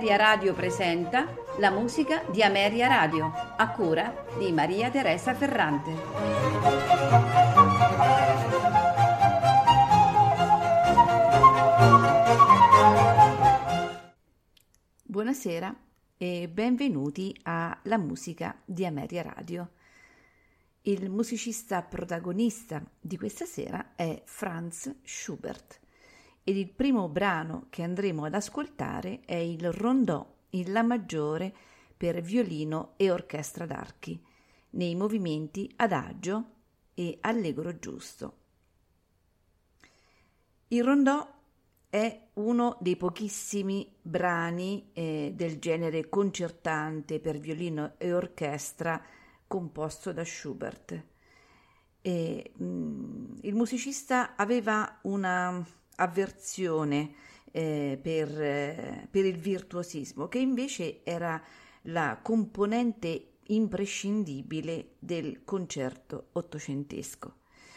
Ameria Radio presenta la musica di Ameria Radio, a cura di Maria Teresa Ferrante. Buonasera e benvenuti a La musica di Ameria Radio. Il musicista protagonista di questa sera è Franz Schubert ed il primo brano che andremo ad ascoltare è il Rondò in La maggiore per violino e orchestra d'archi, nei movimenti adagio e allegro giusto. Il Rondò è uno dei pochissimi brani del genere concertante per violino e orchestra composto da Schubert. Il musicista aveva una avversione per il virtuosismo, che invece era la componente imprescindibile del concerto ottocentesco.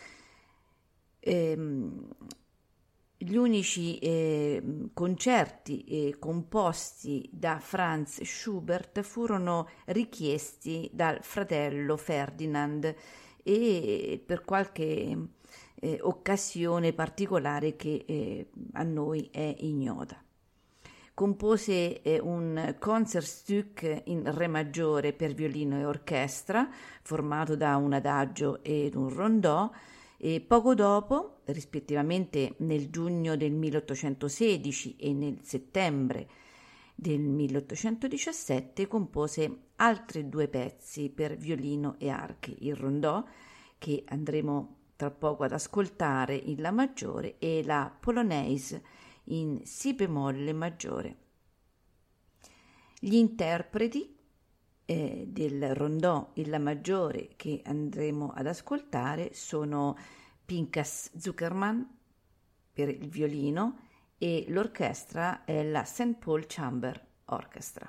Gli unici concerti composti da Franz Schubert furono richiesti dal fratello Ferdinand e per qualche occasione particolare che a noi è ignota. Compose un Concertstück in Re maggiore per violino e orchestra, formato da un adagio ed un rondò, e poco dopo, rispettivamente nel giugno del 1816 e nel settembre del 1817, compose altri due pezzi per violino e archi, il rondò, che andremo tra poco ad ascoltare in La maggiore, e la Polonaise in Si bemolle maggiore. Gli interpreti del rondò in La maggiore che andremo ad ascoltare sono Pinchas Zukerman per il violino e l'orchestra è la St. Paul Chamber Orchestra.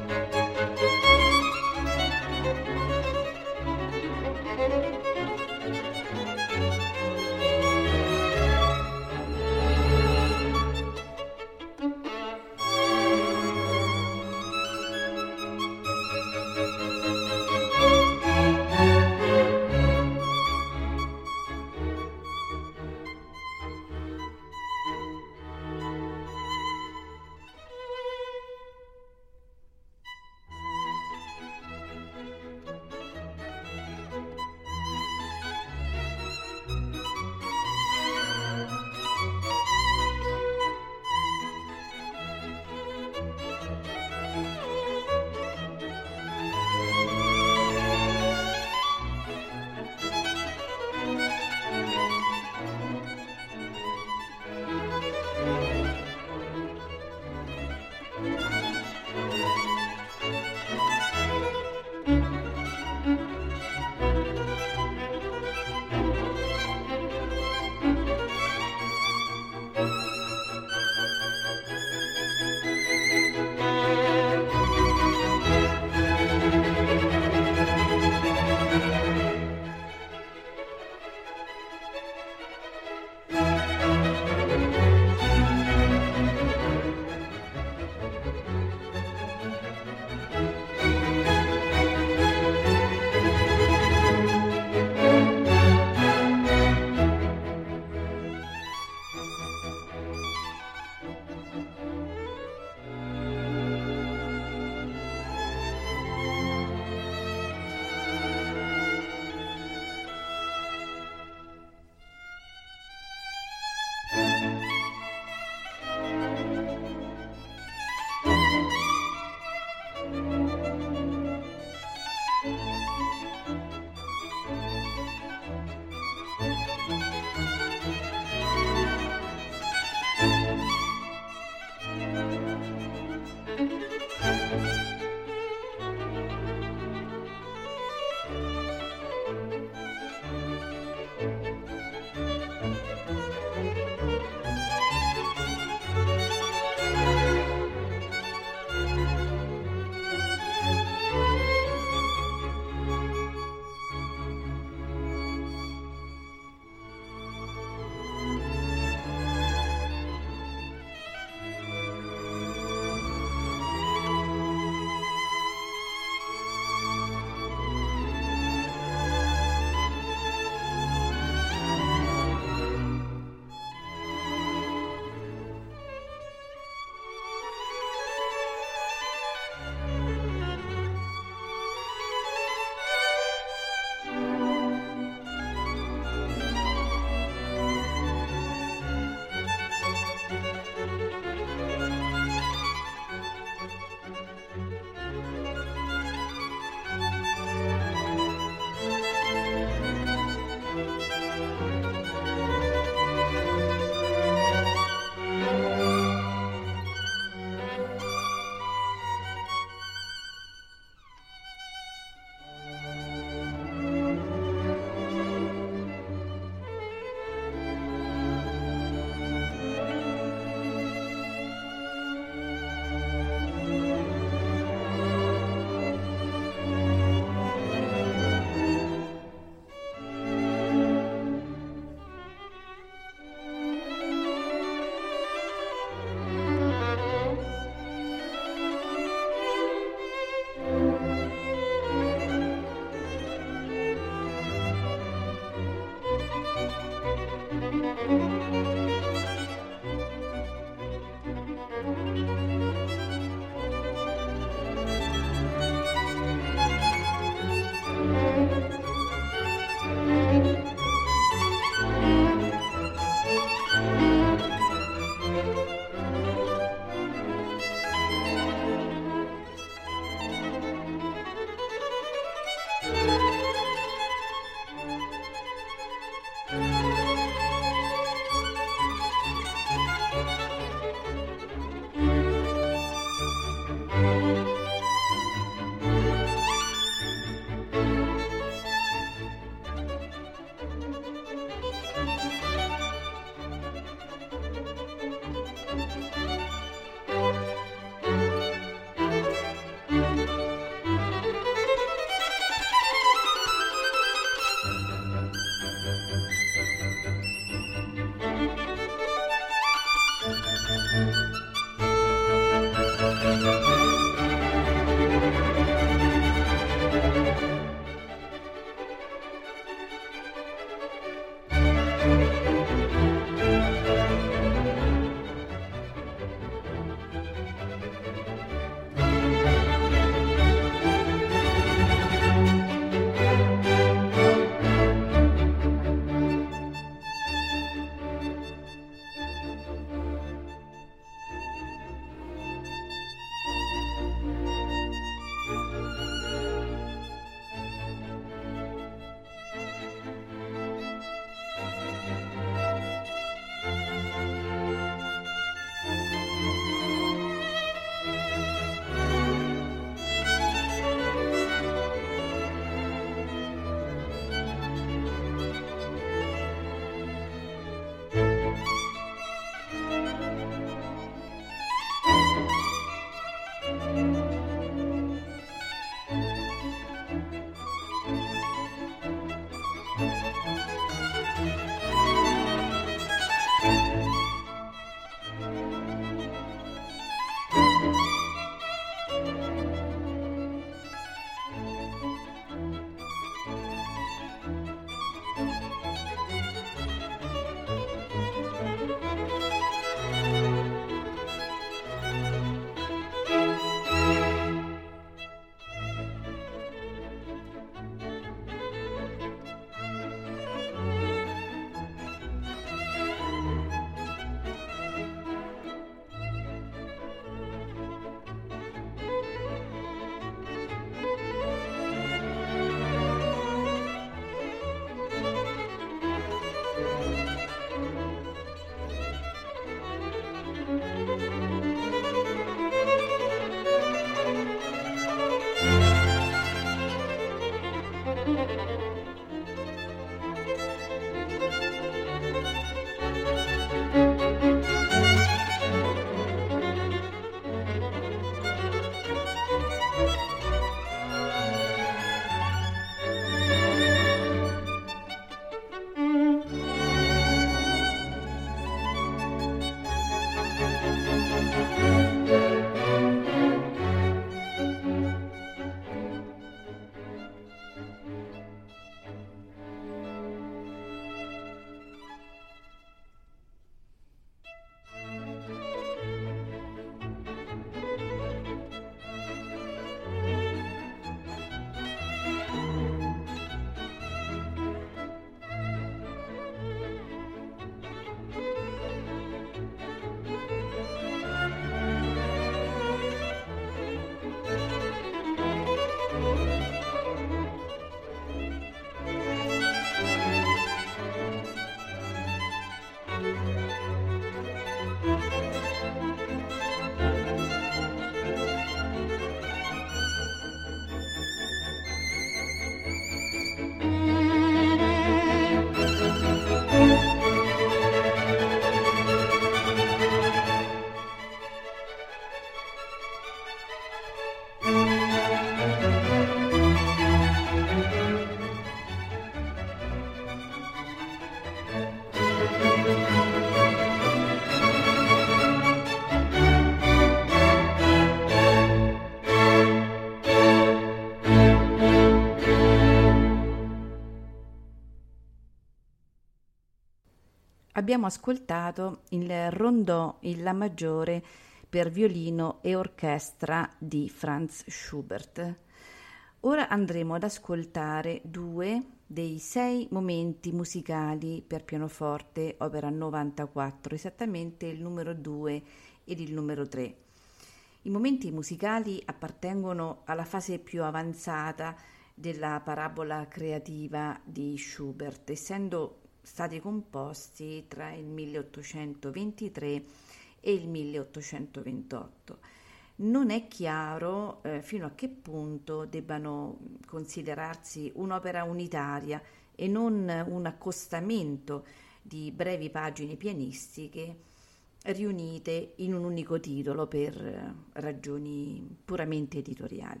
Abbiamo ascoltato il rondò in La maggiore per violino e orchestra di Franz Schubert. Ora andremo ad ascoltare due dei 6 momenti musicali per pianoforte, opera 94, esattamente il numero 2 ed il numero 3. I momenti musicali appartengono alla fase più avanzata della parabola creativa di Schubert, essendo stati composti tra il 1823 e il 1828. Non è chiaro fino a che punto debbano considerarsi un'opera unitaria e non un accostamento di brevi pagine pianistiche riunite in un unico titolo per ragioni puramente editoriali.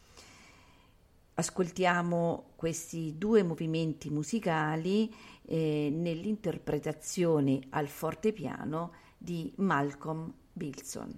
Ascoltiamo questi due movimenti musicali nell'interpretazione al fortepiano di Malcolm Bilson.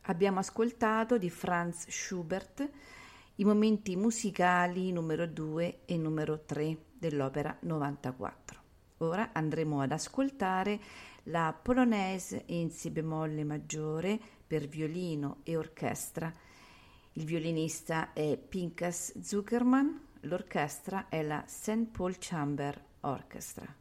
Abbiamo ascoltato di Franz Schubert i momenti musicali numero 2 e numero 3 dell'opera 94. Ora andremo ad ascoltare la Polonaise in Si bemolle maggiore per violino e orchestra. Il violinista è Pinchas Zuckerman, l'orchestra è la St. Paul Chamber Orchestra.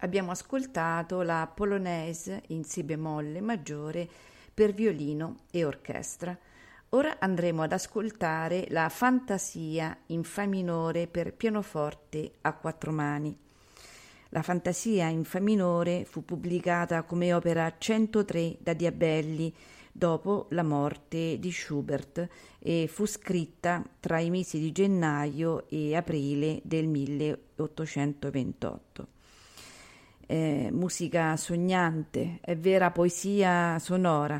Abbiamo ascoltato la Polonaise in si bemolle maggiore per violino e orchestra. Ora andremo ad ascoltare la Fantasia in Fa minore per pianoforte a quattro mani. La Fantasia in Fa minore fu pubblicata come opera 103 da Diabelli dopo la morte di Schubert e fu scritta tra i mesi di gennaio e aprile del 1828. Musica sognante, è vera poesia sonora.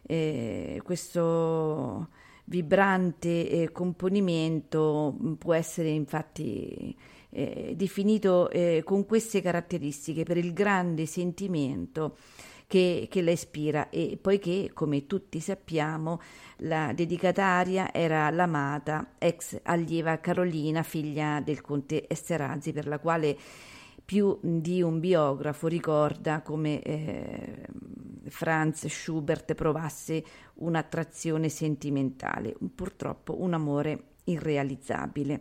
Questo vibrante componimento può essere infatti definito con queste caratteristiche per il grande sentimento che la ispira, e poiché, come tutti sappiamo, la dedicataria era l'amata ex allieva Carolina, figlia del conte Esterhazy, per la quale più di un biografo ricorda come Franz Schubert provasse un'attrazione sentimentale, purtroppo un amore irrealizzabile.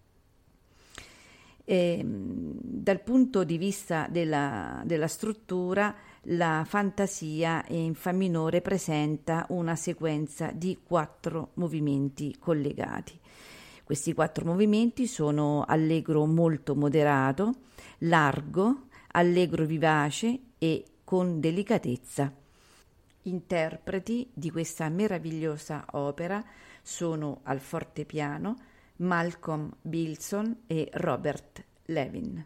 Dal punto di vista della struttura, la Fantasia in Fa minore presenta una sequenza di 4 movimenti collegati. Questi 4 movimenti sono allegro molto moderato, largo, allegro vivace e con delicatezza. Interpreti di questa meravigliosa opera sono al fortepiano Malcolm Bilson e Robert Levin.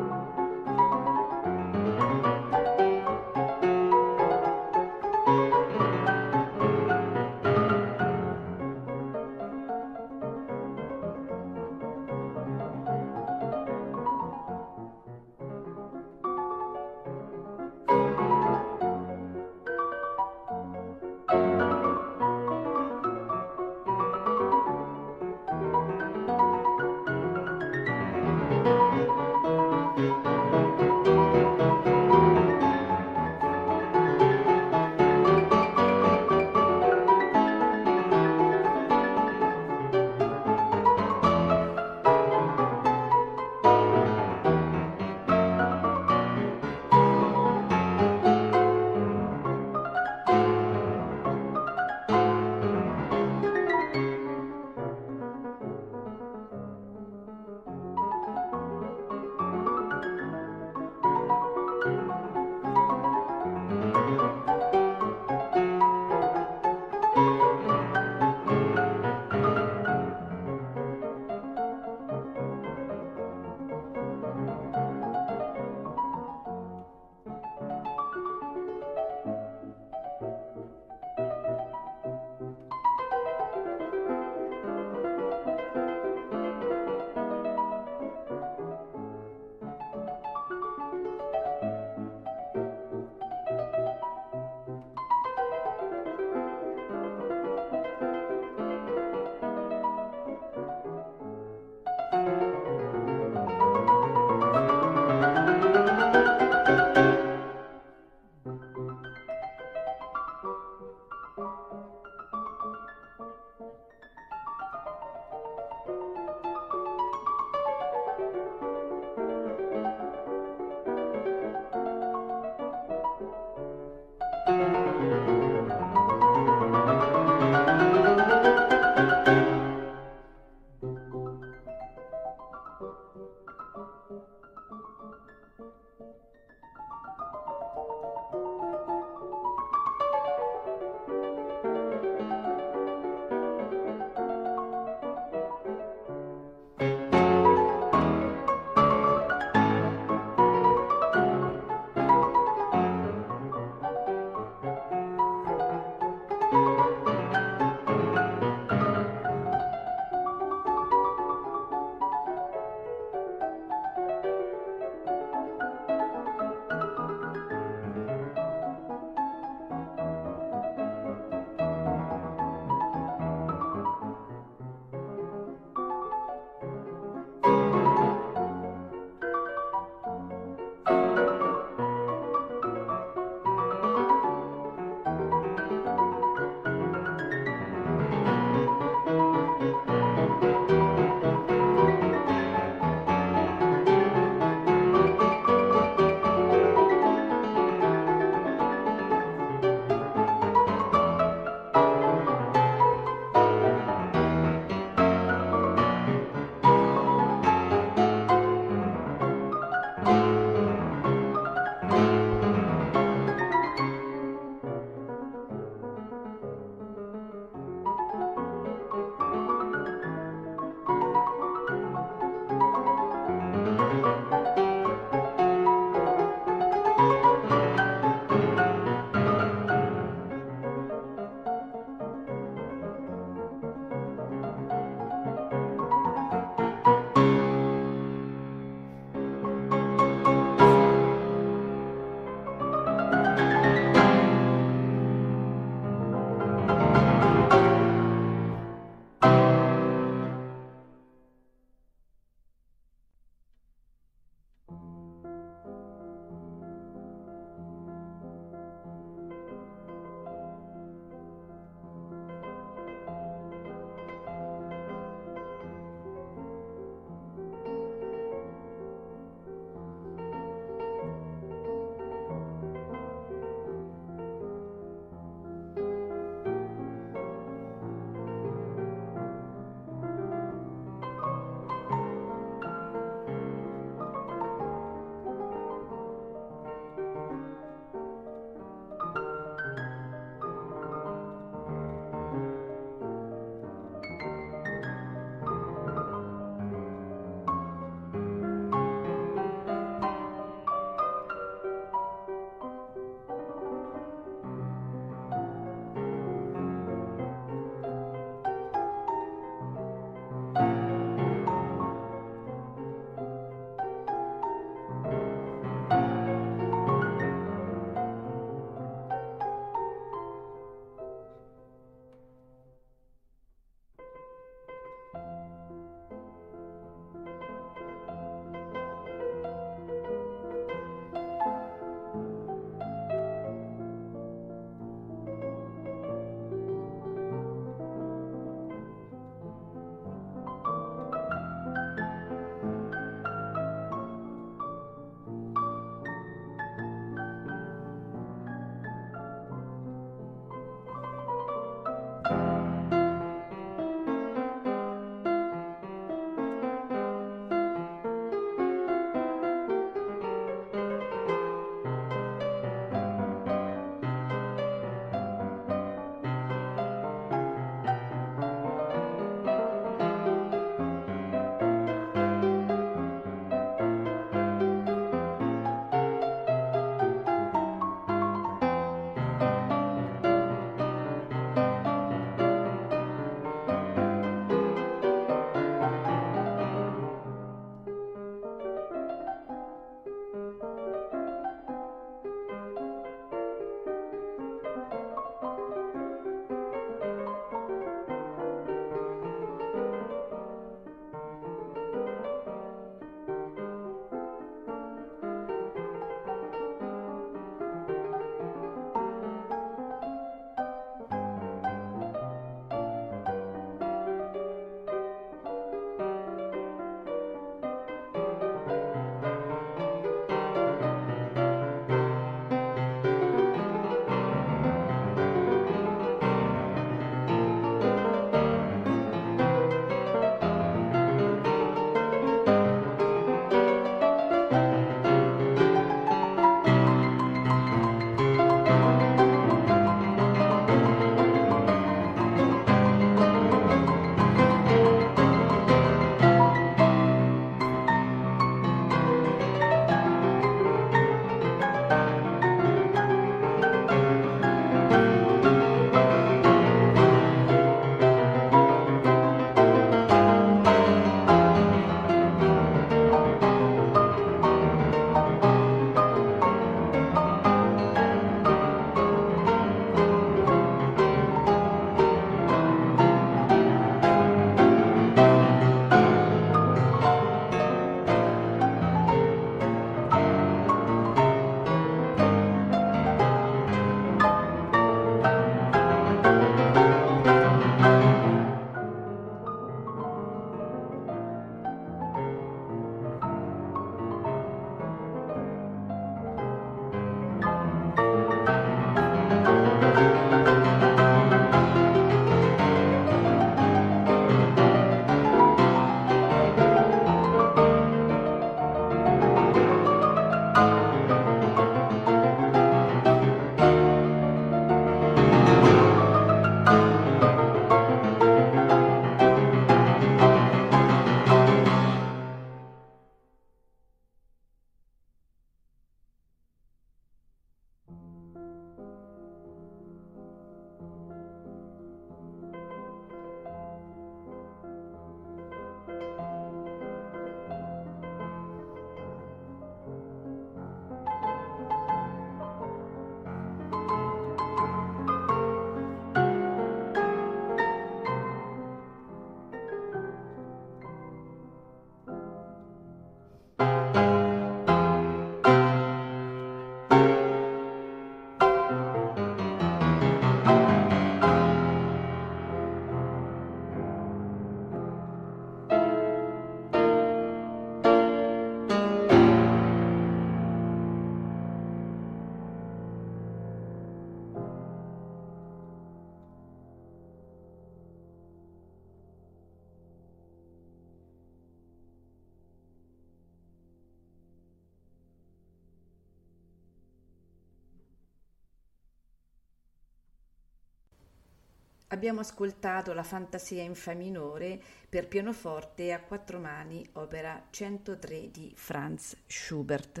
Abbiamo ascoltato la Fantasia in Fa minore per pianoforte a quattro mani, opera 103 di Franz Schubert.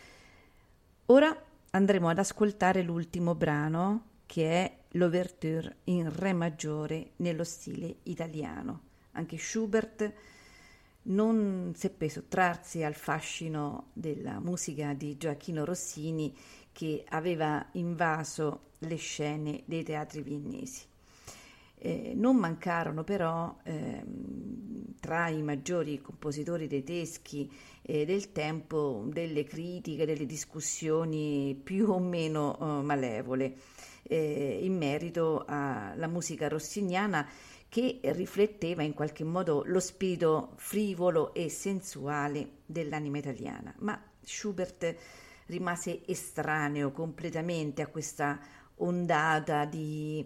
Ora andremo ad ascoltare l'ultimo brano, che è l'Ouverture in Re maggiore nello stile italiano. Anche Schubert non seppe sottrarsi al fascino della musica di Gioachino Rossini, che aveva invaso le scene dei teatri viennesi. Non mancarono però tra i maggiori compositori tedeschi del tempo delle critiche, delle discussioni più o meno malevole in merito alla musica rossiniana, che rifletteva in qualche modo lo spirito frivolo e sensuale dell'anima italiana. Ma Schubert rimase estraneo completamente a questa ondata di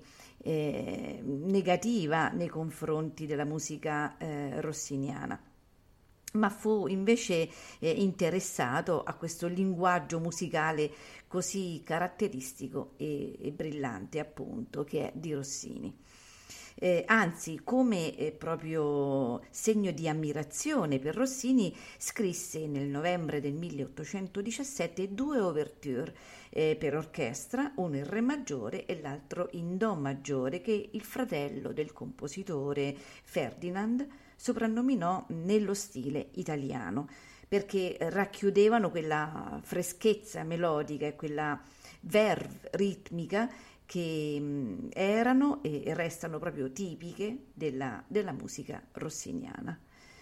negativa nei confronti della musica rossiniana, ma fu invece interessato a questo linguaggio musicale così caratteristico e brillante, appunto, che è di Rossini. Anzi, come proprio segno di ammirazione per Rossini, scrisse nel novembre del 1817 due ouverture per orchestra, uno in Re maggiore e l'altro in Do maggiore, che il fratello del compositore Ferdinand soprannominò nello stile italiano, perché racchiudevano quella freschezza melodica e quella verve ritmica che erano e restano proprio tipiche della musica rossiniana.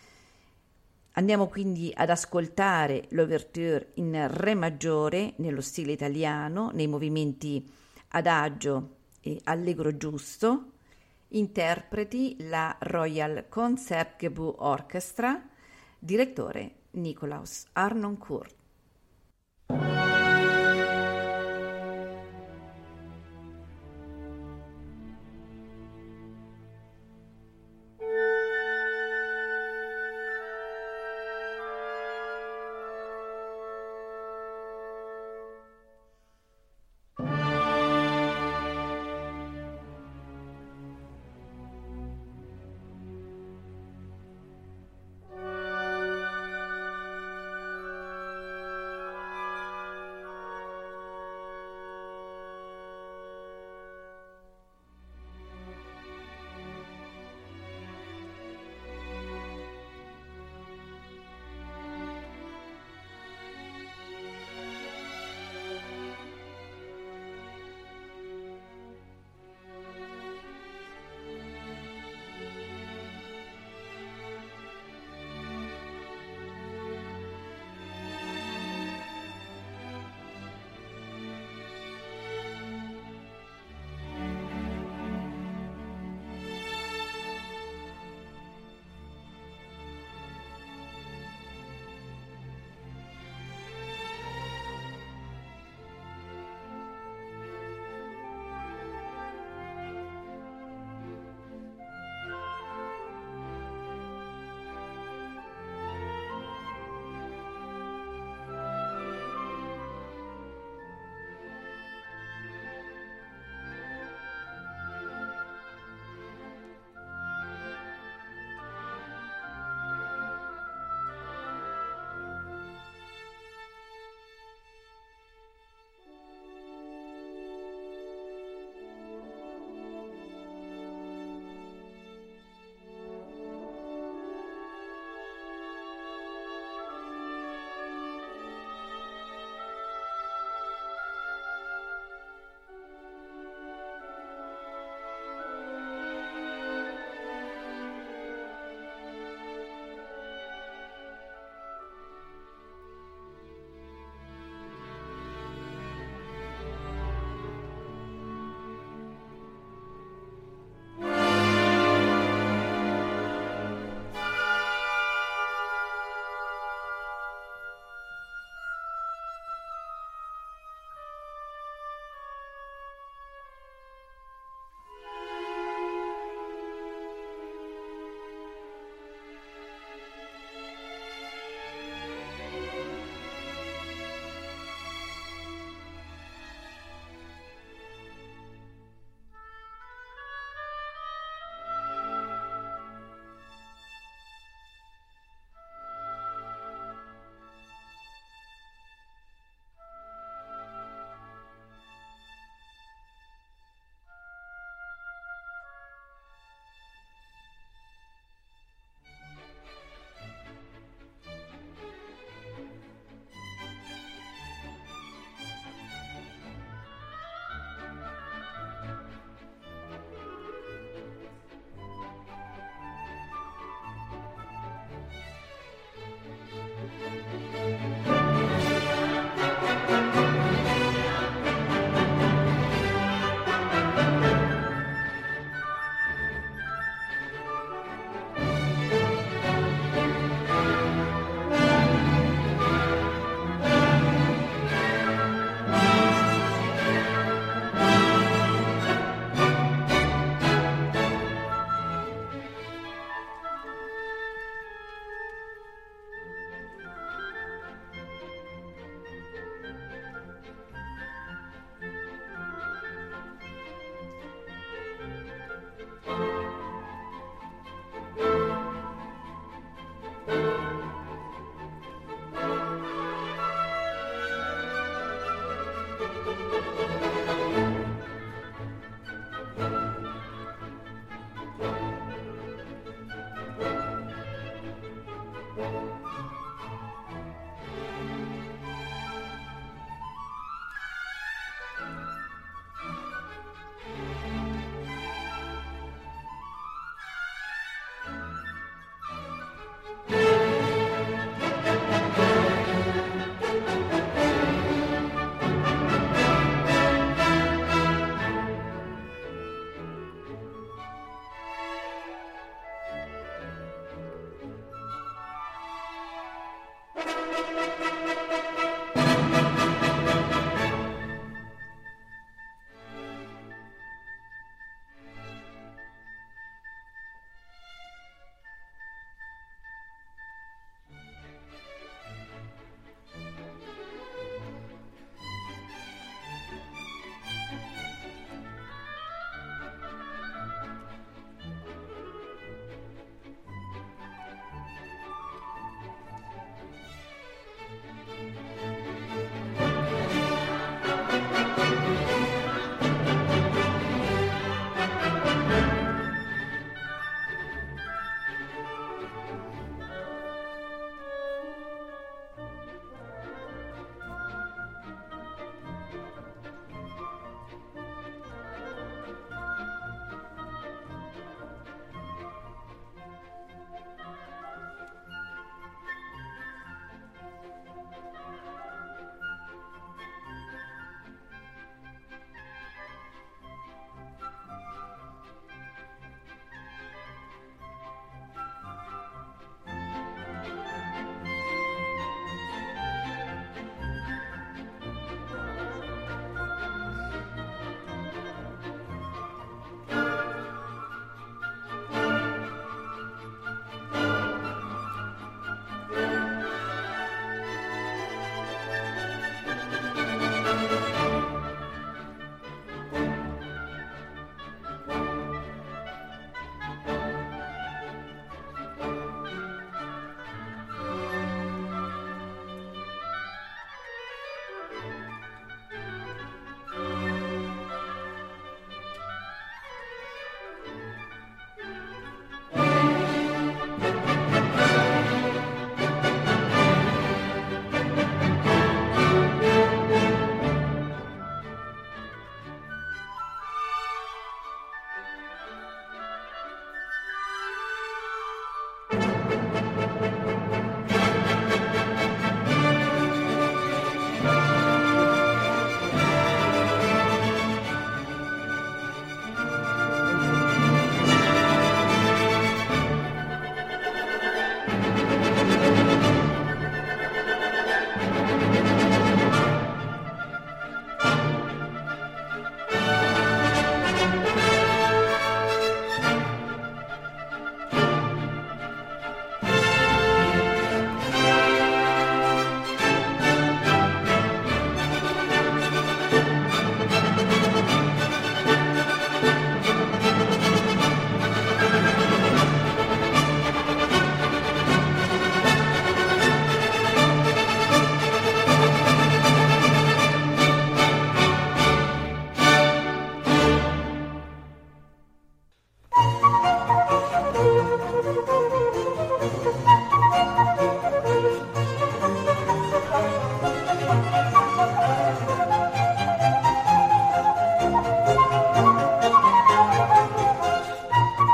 Andiamo quindi ad ascoltare l'ouverture in Re maggiore nello stile italiano, nei movimenti adagio e allegro giusto. Interpreti la Royal Concertgebouw Orchestra, direttore Nikolaus Harnoncourt.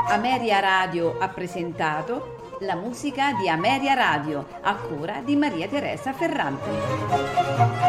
Ameria Radio ha presentato la musica di Ameria Radio a cura di Maria Teresa Ferrante.